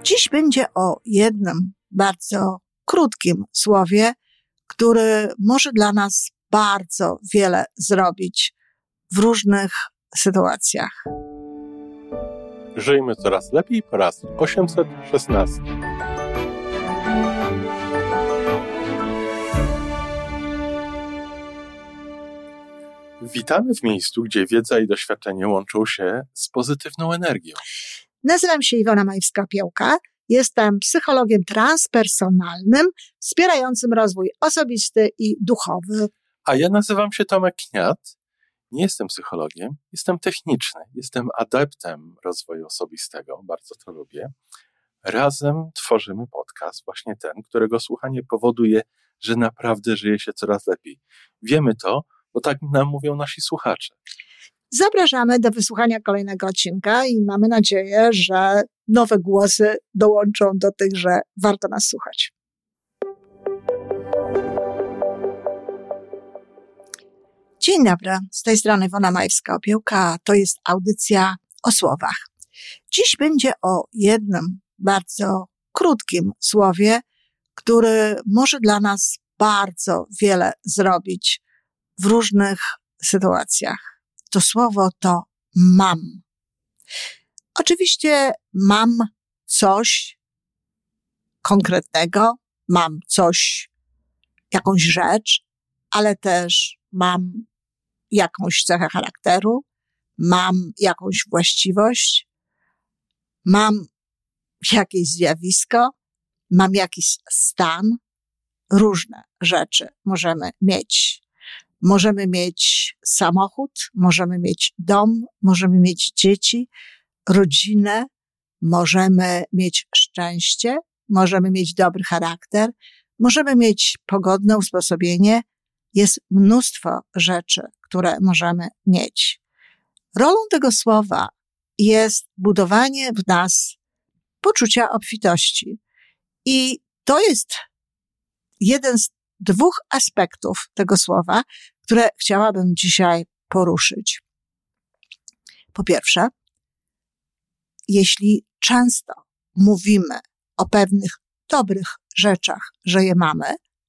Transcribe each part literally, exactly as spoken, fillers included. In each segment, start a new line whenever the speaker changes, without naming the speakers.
Dziś będzie o jednym bardzo krótkim słowie, który może dla nas bardzo wiele zrobić w różnych sytuacjach.
Żyjmy coraz lepiej po raz osiemset szesnasty. Witamy w miejscu, gdzie wiedza i doświadczenie łączą się z pozytywną energią.
Nazywam się Iwona Majewska-Piołka. Jestem psychologiem transpersonalnym, wspierającym rozwój osobisty i duchowy.
A ja nazywam się Tomek Kniat. Nie jestem psychologiem, jestem techniczny. Jestem adeptem rozwoju osobistego, bardzo to lubię. Razem tworzymy podcast, właśnie ten, którego słuchanie powoduje, że naprawdę żyje się coraz lepiej. Wiemy to, bo tak nam mówią nasi słuchacze.
Zapraszamy do wysłuchania kolejnego odcinka i mamy nadzieję, że nowe głosy dołączą do tych, że warto nas słuchać. Dzień dobry, z tej strony Iwona Majewska-Piołka, to jest audycja o słowach. Dziś będzie o jednym bardzo krótkim słowie, który może dla nas bardzo wiele zrobić w różnych sytuacjach. To słowo to mam. Oczywiście mam coś konkretnego, mam coś, jakąś rzecz, ale też mam jakąś cechę charakteru, mam jakąś właściwość, mam jakieś zjawisko, mam jakiś stan. Różne rzeczy możemy mieć. Możemy mieć samochód, możemy mieć dom, możemy mieć dzieci, rodzinę, możemy mieć szczęście, możemy mieć dobry charakter, możemy mieć pogodne usposobienie. Jest mnóstwo rzeczy, które możemy mieć. Rolą tego słowa jest budowanie w nas poczucia obfitości. I to jest jeden z dwóch aspektów tego słowa, które chciałabym dzisiaj poruszyć. Po pierwsze, jeśli często mówimy o pewnych dobrych rzeczach, że je mamy,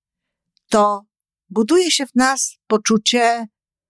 to buduje się w nas poczucie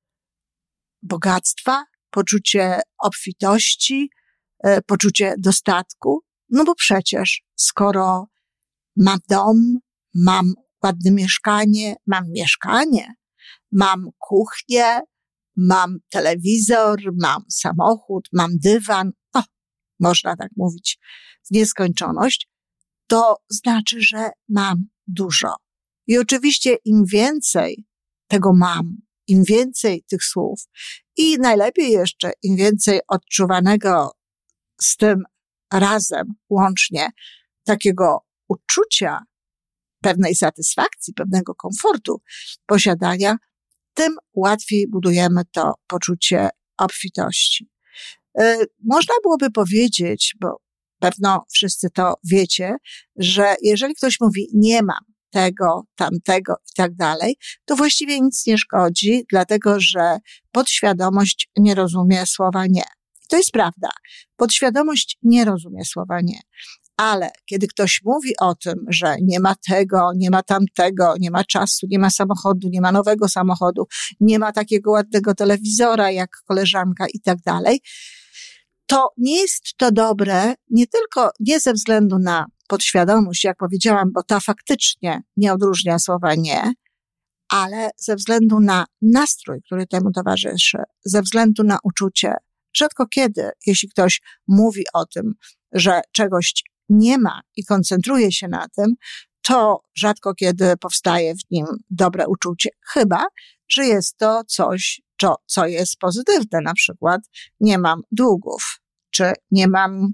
bogactwa, poczucie obfitości, poczucie dostatku, no bo przecież skoro mam dom, mam ładne mieszkanie, mam mieszkanie, mam kuchnię, mam telewizor, mam samochód, mam dywan, o, można tak mówić w nieskończoność, to znaczy, że mam dużo. I oczywiście im więcej tego mam, im więcej tych słów i najlepiej jeszcze im więcej odczuwanego z tym razem łącznie takiego uczucia pewnej satysfakcji, pewnego komfortu posiadania, tym łatwiej budujemy to poczucie obfitości. Yy, można byłoby powiedzieć, bo pewno wszyscy to wiecie, że jeżeli ktoś mówi nie mam tego, tamtego i tak dalej, to właściwie nic nie szkodzi, dlatego że podświadomość nie rozumie słowa nie. I to jest prawda. Podświadomość nie rozumie słowa nie. Ale kiedy ktoś mówi o tym, że nie ma tego, nie ma tamtego, nie ma czasu, nie ma samochodu, nie ma nowego samochodu, nie ma takiego ładnego telewizora jak koleżanka i tak dalej, to nie jest to dobre nie tylko nie ze względu na podświadomość, jak powiedziałam, bo ta faktycznie nie odróżnia słowa nie, ale ze względu na nastrój, który temu towarzyszy, ze względu na uczucie. Rzadko kiedy, jeśli ktoś mówi o tym, że czegoś nie ma i koncentruje się na tym, to rzadko kiedy powstaje w nim dobre uczucie, chyba że jest to coś, co, co jest pozytywne, na przykład nie mam długów, czy nie mam,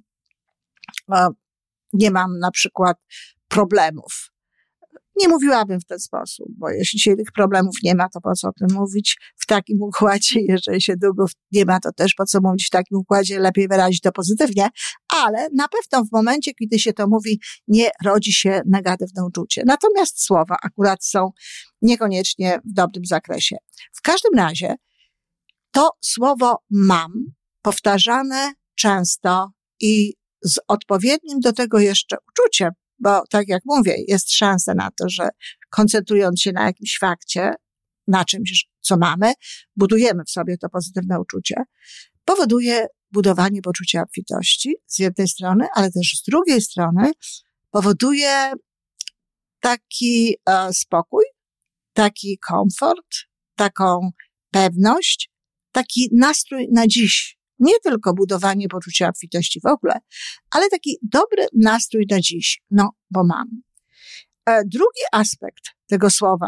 nie mam na przykład problemów. Nie mówiłabym w ten sposób, bo jeśli się tych problemów nie ma, to po co o tym mówić w takim układzie? Jeżeli się długów nie ma, to też po co mówić w takim układzie? Lepiej wyrazić to pozytywnie, ale na pewno w momencie, kiedy się to mówi, nie rodzi się negatywne uczucie. Natomiast słowa akurat są niekoniecznie w dobrym zakresie. W każdym razie to słowo mam, powtarzane często i z odpowiednim do tego jeszcze uczuciem, bo tak jak mówię, jest szansa na to, że koncentrując się na jakimś fakcie, na czymś, co mamy, budujemy w sobie to pozytywne uczucie, powoduje budowanie poczucia obfitości z jednej strony, ale też z drugiej strony powoduje taki e, spokój, taki komfort, taką pewność, taki nastrój na dziś. Nie tylko budowanie poczucia obfitości w ogóle, ale taki dobry nastrój na dziś. No, bo mam. E, drugi aspekt tego słowa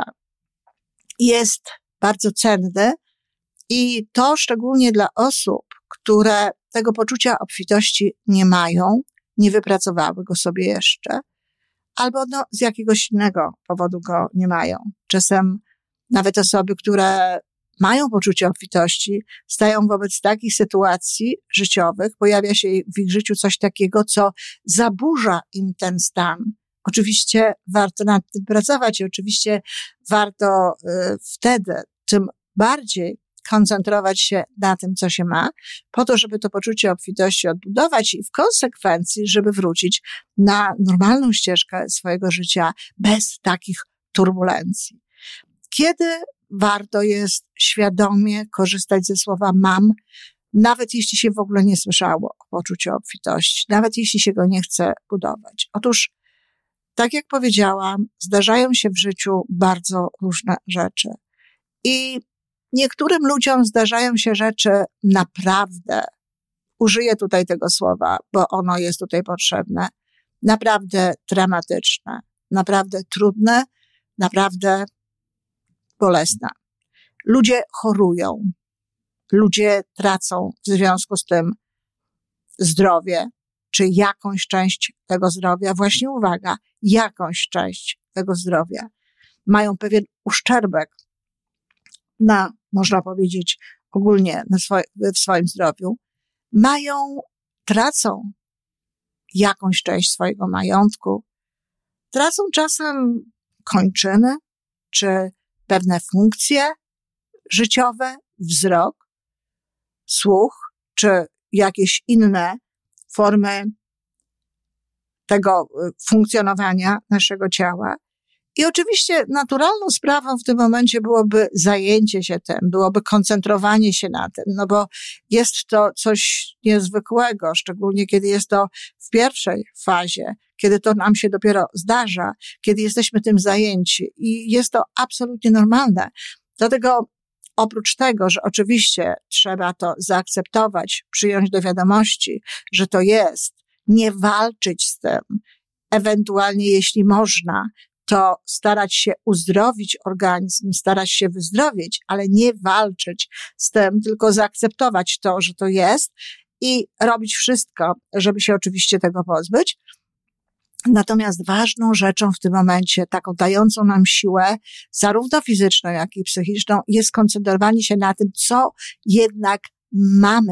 jest bardzo cenny i to szczególnie dla osób, które tego poczucia obfitości nie mają, nie wypracowały go sobie jeszcze, albo no, z jakiegoś innego powodu go nie mają. Czasem nawet osoby, które mają poczucie obfitości, stają wobec takich sytuacji życiowych, pojawia się w ich życiu coś takiego, co zaburza im ten stan. Oczywiście warto nad tym pracować i oczywiście warto y, wtedy tym bardziej koncentrować się na tym, co się ma, po to, żeby to poczucie obfitości odbudować i w konsekwencji, żeby wrócić na normalną ścieżkę swojego życia bez takich turbulencji. Kiedy warto jest świadomie korzystać ze słowa mam, nawet jeśli się w ogóle nie słyszało o poczuciu obfitości, nawet jeśli się go nie chce budować. Otóż, tak jak powiedziałam, zdarzają się w życiu bardzo różne rzeczy. I niektórym ludziom zdarzają się rzeczy naprawdę, użyję tutaj tego słowa, bo ono jest tutaj potrzebne, naprawdę dramatyczne, naprawdę trudne, naprawdę bolesne. Ludzie chorują, ludzie tracą w związku z tym zdrowie, czy jakąś część tego zdrowia, właśnie uwaga, jakąś część tego zdrowia. Mają pewien uszczerbek na, można powiedzieć, ogólnie na swoje, w swoim zdrowiu. Mają, tracą jakąś część swojego majątku, tracą czasem kończyny, czy pewne funkcje życiowe, wzrok, słuch, czy jakieś inne formy tego funkcjonowania naszego ciała. I oczywiście naturalną sprawą w tym momencie byłoby zajęcie się tym, byłoby koncentrowanie się na tym, no bo jest to coś niezwykłego, szczególnie kiedy jest to w pierwszej fazie, kiedy to nam się dopiero zdarza, kiedy jesteśmy tym zajęci i jest to absolutnie normalne. Dlatego oprócz tego, że oczywiście trzeba to zaakceptować, przyjąć do wiadomości, że to jest, nie walczyć z tym, ewentualnie jeśli można, to starać się uzdrowić organizm, starać się wyzdrowieć, ale nie walczyć z tym, tylko zaakceptować to, że to jest i robić wszystko, żeby się oczywiście tego pozbyć. Natomiast ważną rzeczą w tym momencie, taką dającą nam siłę, zarówno fizyczną, jak i psychiczną, jest koncentrowanie się na tym, co jednak mamy.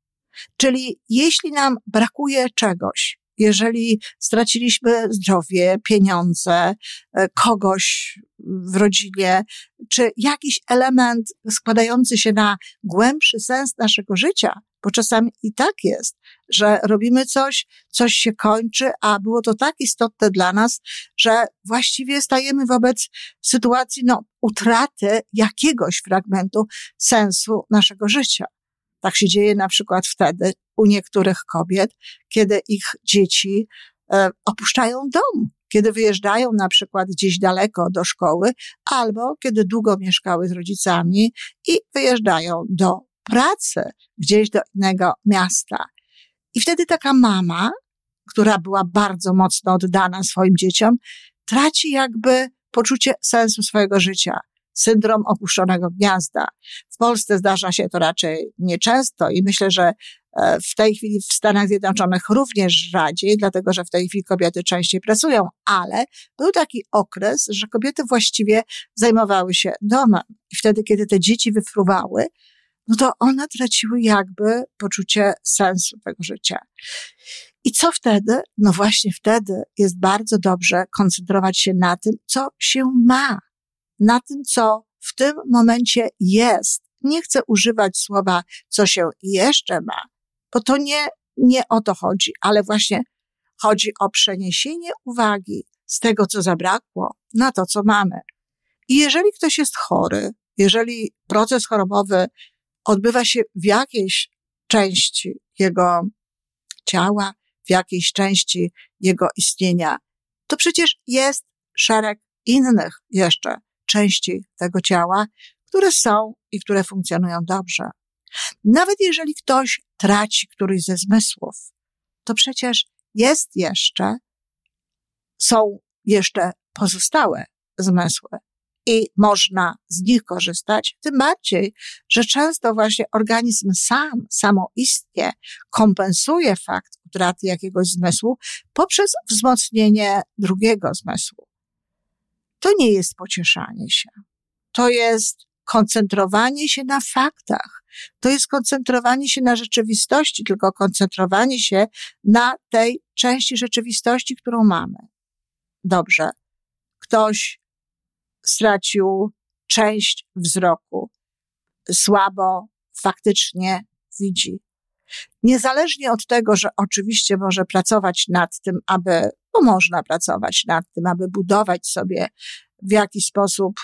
Czyli jeśli nam brakuje czegoś, jeżeli straciliśmy zdrowie, pieniądze, kogoś w rodzinie, czy jakiś element składający się na głębszy sens naszego życia, bo czasami i tak jest, że robimy coś, coś się kończy, a było to tak istotne dla nas, że właściwie stajemy wobec sytuacji, no, utraty jakiegoś fragmentu sensu naszego życia. Tak się dzieje na przykład wtedy u niektórych kobiet, kiedy ich dzieci e, opuszczają dom, kiedy wyjeżdżają na przykład gdzieś daleko do szkoły, albo kiedy długo mieszkały z rodzicami i wyjeżdżają do pracy gdzieś do innego miasta. I wtedy taka mama, która była bardzo mocno oddana swoim dzieciom, traci jakby poczucie sensu swojego życia. Syndrom opuszczonego gniazda. W Polsce zdarza się to raczej nieczęsto i myślę, że w tej chwili w Stanach Zjednoczonych również rzadziej, dlatego że w tej chwili kobiety częściej pracują, ale był taki okres, że kobiety właściwie zajmowały się domem i wtedy, kiedy te dzieci wyfruwały, no to one traciły jakby poczucie sensu tego życia. I co wtedy? No właśnie wtedy jest bardzo dobrze koncentrować się na tym, co się ma. Na tym, co w tym momencie jest. Nie chcę używać słowa, co się jeszcze ma, bo to nie nie o to chodzi, ale właśnie chodzi o przeniesienie uwagi z tego, co zabrakło, na to, co mamy. I jeżeli ktoś jest chory, jeżeli proces chorobowy odbywa się w jakiejś części jego ciała, w jakiejś części jego istnienia, to przecież jest szereg innych jeszcze części tego ciała, które są i które funkcjonują dobrze. Nawet jeżeli ktoś traci któryś ze zmysłów, to przecież jest jeszcze, są jeszcze pozostałe zmysły i można z nich korzystać, tym bardziej, że często właśnie organizm sam, samoistnie kompensuje fakt utraty jakiegoś zmysłu poprzez wzmocnienie drugiego zmysłu. To nie jest pocieszanie się. To jest koncentrowanie się na faktach. To jest koncentrowanie się na rzeczywistości, tylko koncentrowanie się na tej części rzeczywistości, którą mamy. Dobrze. Ktoś stracił część wzroku. Słabo faktycznie widzi. Niezależnie od tego, że oczywiście może pracować nad tym, aby, bo można pracować nad tym, aby budować sobie w jakiś sposób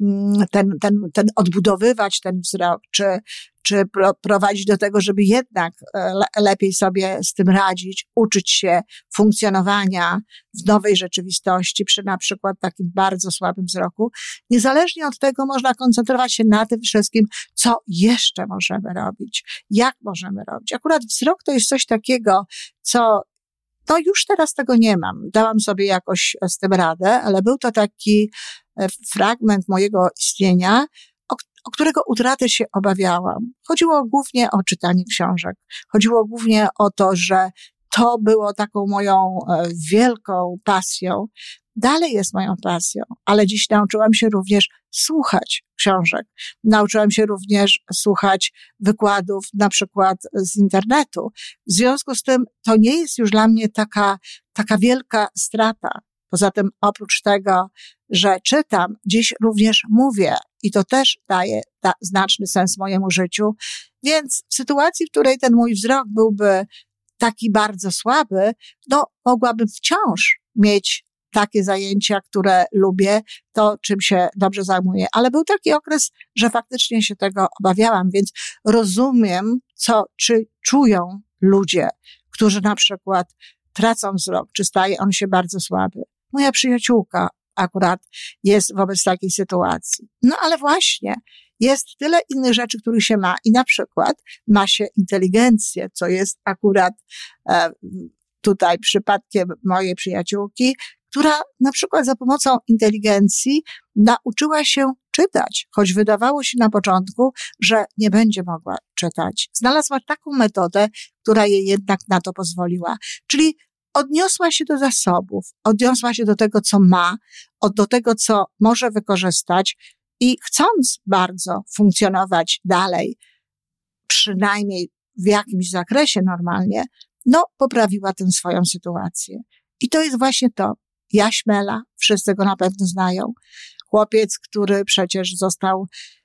ten, ten, ten odbudowywać ten wzrok, czy, czy pro, prowadzić do tego, żeby jednak le, lepiej sobie z tym radzić, uczyć się funkcjonowania w nowej rzeczywistości przy na przykład takim bardzo słabym wzroku. Niezależnie od tego można koncentrować się na tym wszystkim, co jeszcze możemy robić, jak możemy robić. Akurat wzrok to jest coś takiego, co no już teraz tego nie mam. Dałam sobie jakoś z tym radę, ale był to taki fragment mojego istnienia, o, o którego utratę się obawiałam. Chodziło głównie o czytanie książek. Chodziło głównie o to, że to było taką moją wielką pasją. Dalej jest moją pasją, ale dziś nauczyłam się również słuchać książek. Nauczyłam się również słuchać wykładów, na przykład z internetu. W związku z tym to nie jest już dla mnie taka, taka wielka strata. Poza tym oprócz tego, że czytam, dziś również mówię i to też daje da, znaczny sens mojemu życiu. Więc w sytuacji, w której ten mój wzrok byłby taki bardzo słaby, no mogłabym wciąż mieć takie zajęcia, które lubię, to czym się dobrze zajmuję. Ale był taki okres, że faktycznie się tego obawiałam, więc rozumiem, co, czy czują ludzie, którzy na przykład tracą wzrok, czy staje on się bardzo słaby. Moja przyjaciółka akurat jest wobec takiej sytuacji. No ale właśnie, jest tyle innych rzeczy, których się ma i na przykład ma się inteligencję, co jest akurat e, tutaj przypadkiem mojej przyjaciółki, która na przykład za pomocą inteligencji nauczyła się czytać, choć wydawało się na początku, że nie będzie mogła czytać. Znalazła taką metodę, która jej jednak na to pozwoliła. Czyli odniosła się do zasobów, odniosła się do tego, co ma, do tego, co może wykorzystać i chcąc bardzo funkcjonować dalej, przynajmniej w jakimś zakresie normalnie, no poprawiła tę swoją sytuację. I to jest właśnie to. Jaśmela, wszyscy go na pewno znają. Chłopiec, który przecież został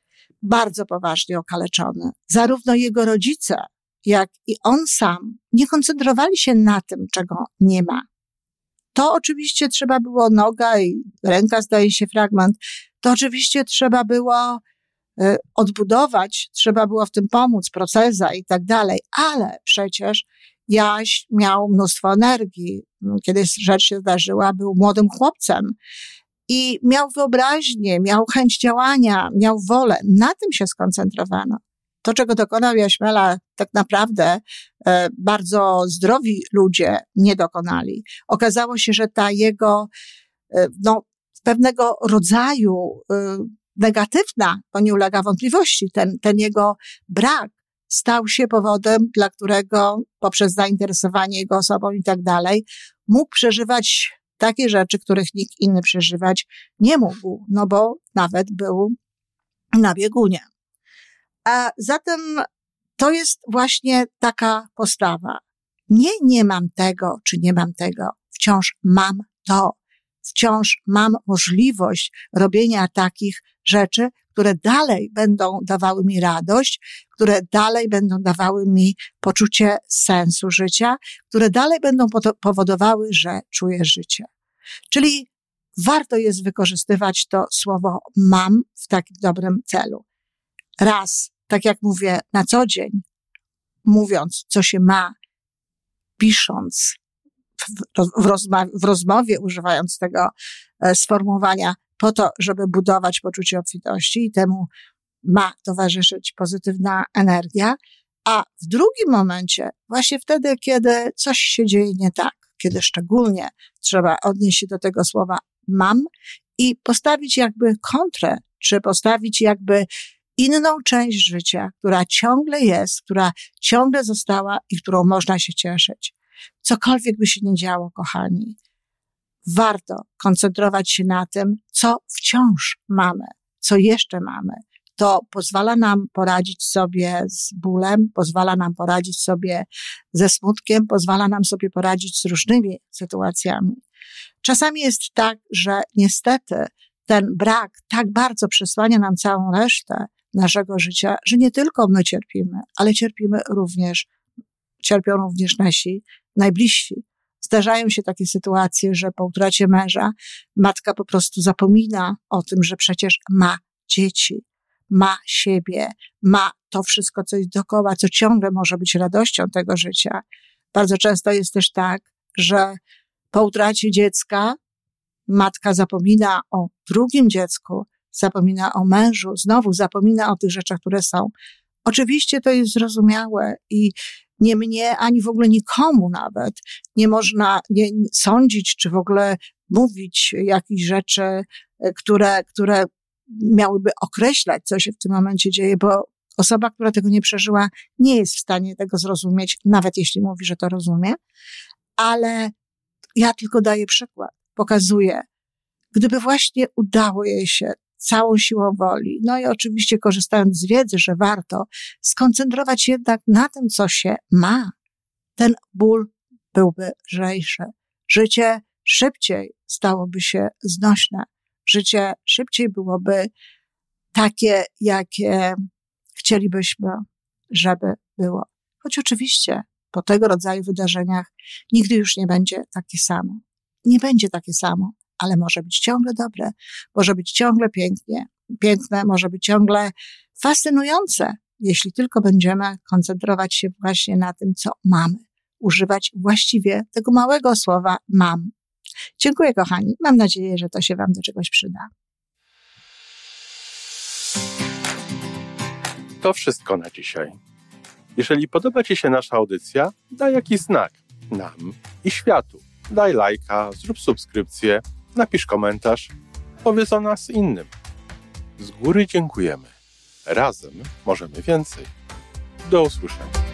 bardzo poważnie okaleczony. Zarówno jego rodzice, jak i on sam nie koncentrowali się na tym, czego nie ma. To oczywiście trzeba było noga i ręka, zdaje się, fragment. To oczywiście trzeba było y, odbudować, trzeba było w tym pomóc, proteza i tak dalej, ale przecież Jaś miał mnóstwo energii. Kiedy rzecz się zdarzyła, był młodym chłopcem i miał wyobraźnię, miał chęć działania, miał wolę. Na tym się skoncentrowano. To, czego dokonał Jaśmela, tak naprawdę e, bardzo zdrowi ludzie nie dokonali. Okazało się, że ta jego e, no, pewnego rodzaju e, negatywna, to nie ulega wątpliwości, ten, ten jego brak stał się powodem, dla którego poprzez zainteresowanie jego osobą i tak dalej, mógł przeżywać takie rzeczy, których nikt inny przeżywać nie mógł, no bo nawet był na biegunie. A zatem to jest właśnie taka postawa. Nie, nie mam tego, czy nie mam tego. Wciąż mam to. Wciąż mam możliwość robienia takich rzeczy, które dalej będą dawały mi radość, które dalej będą dawały mi poczucie sensu życia, które dalej będą powodowały, że czuję życie. Czyli warto jest wykorzystywać to słowo mam w takim dobrym celu. Raz, tak jak mówię na co dzień, mówiąc, co się ma, pisząc w, w, rozma- w rozmowie, używając tego e, sformułowania po to, żeby budować poczucie obfitości i temu ma towarzyszyć pozytywna energia, a w drugim momencie, właśnie wtedy, kiedy coś się dzieje nie tak, kiedy szczególnie trzeba odnieść się do tego słowa mam i postawić jakby kontrę, czy postawić jakby inną część życia, która ciągle jest, która ciągle została i którą można się cieszyć. Cokolwiek by się nie działo, kochani, warto koncentrować się na tym, co wciąż mamy, co jeszcze mamy. To pozwala nam poradzić sobie z bólem, pozwala nam poradzić sobie ze smutkiem, pozwala nam sobie poradzić z różnymi sytuacjami. Czasami jest tak, że niestety ten brak tak bardzo przysłania nam całą resztę naszego życia, że nie tylko my cierpimy, ale cierpimy również, cierpią również nasi najbliżsi. Zdarzają się takie sytuacje, że po utracie męża matka po prostu zapomina o tym, że przecież ma dzieci, ma siebie, ma to wszystko, co jest dookoła, co ciągle może być radością tego życia. Bardzo często jest też tak, że po utracie dziecka matka zapomina o drugim dziecku, zapomina o mężu, znowu zapomina o tych rzeczach, które są. Oczywiście to jest zrozumiałe i nie mnie, ani w ogóle nikomu nawet nie można nie, sądzić, czy w ogóle mówić jakichś rzeczy, które, które miałyby określać, co się w tym momencie dzieje, bo osoba, która tego nie przeżyła, nie jest w stanie tego zrozumieć, nawet jeśli mówi, że to rozumie, ale ja tylko daję przykład, pokazuję, gdyby właśnie udało jej się całą siłą woli, no i oczywiście korzystając z wiedzy, że warto skoncentrować się jednak na tym, co się ma, ten ból byłby lżejszy. Życie szybciej stałoby się znośne. Życie szybciej byłoby takie, jakie chcielibyśmy, żeby było. Choć oczywiście po tego rodzaju wydarzeniach nigdy już nie będzie takie samo. Nie będzie takie samo, ale może być ciągle dobre, może być ciągle pięknie, piękne, może być ciągle fascynujące, jeśli tylko będziemy koncentrować się właśnie na tym, co mamy. Używać właściwie tego małego słowa mam. Dziękuję, kochani. Mam nadzieję, że to się wam do czegoś przyda.
To wszystko na dzisiaj. Jeżeli podoba ci się nasza audycja, daj jakiś znak nam i światu. Daj lajka, zrób subskrypcję, napisz komentarz, powiedz o nas innym. Z góry dziękujemy. Razem możemy więcej. Do usłyszenia.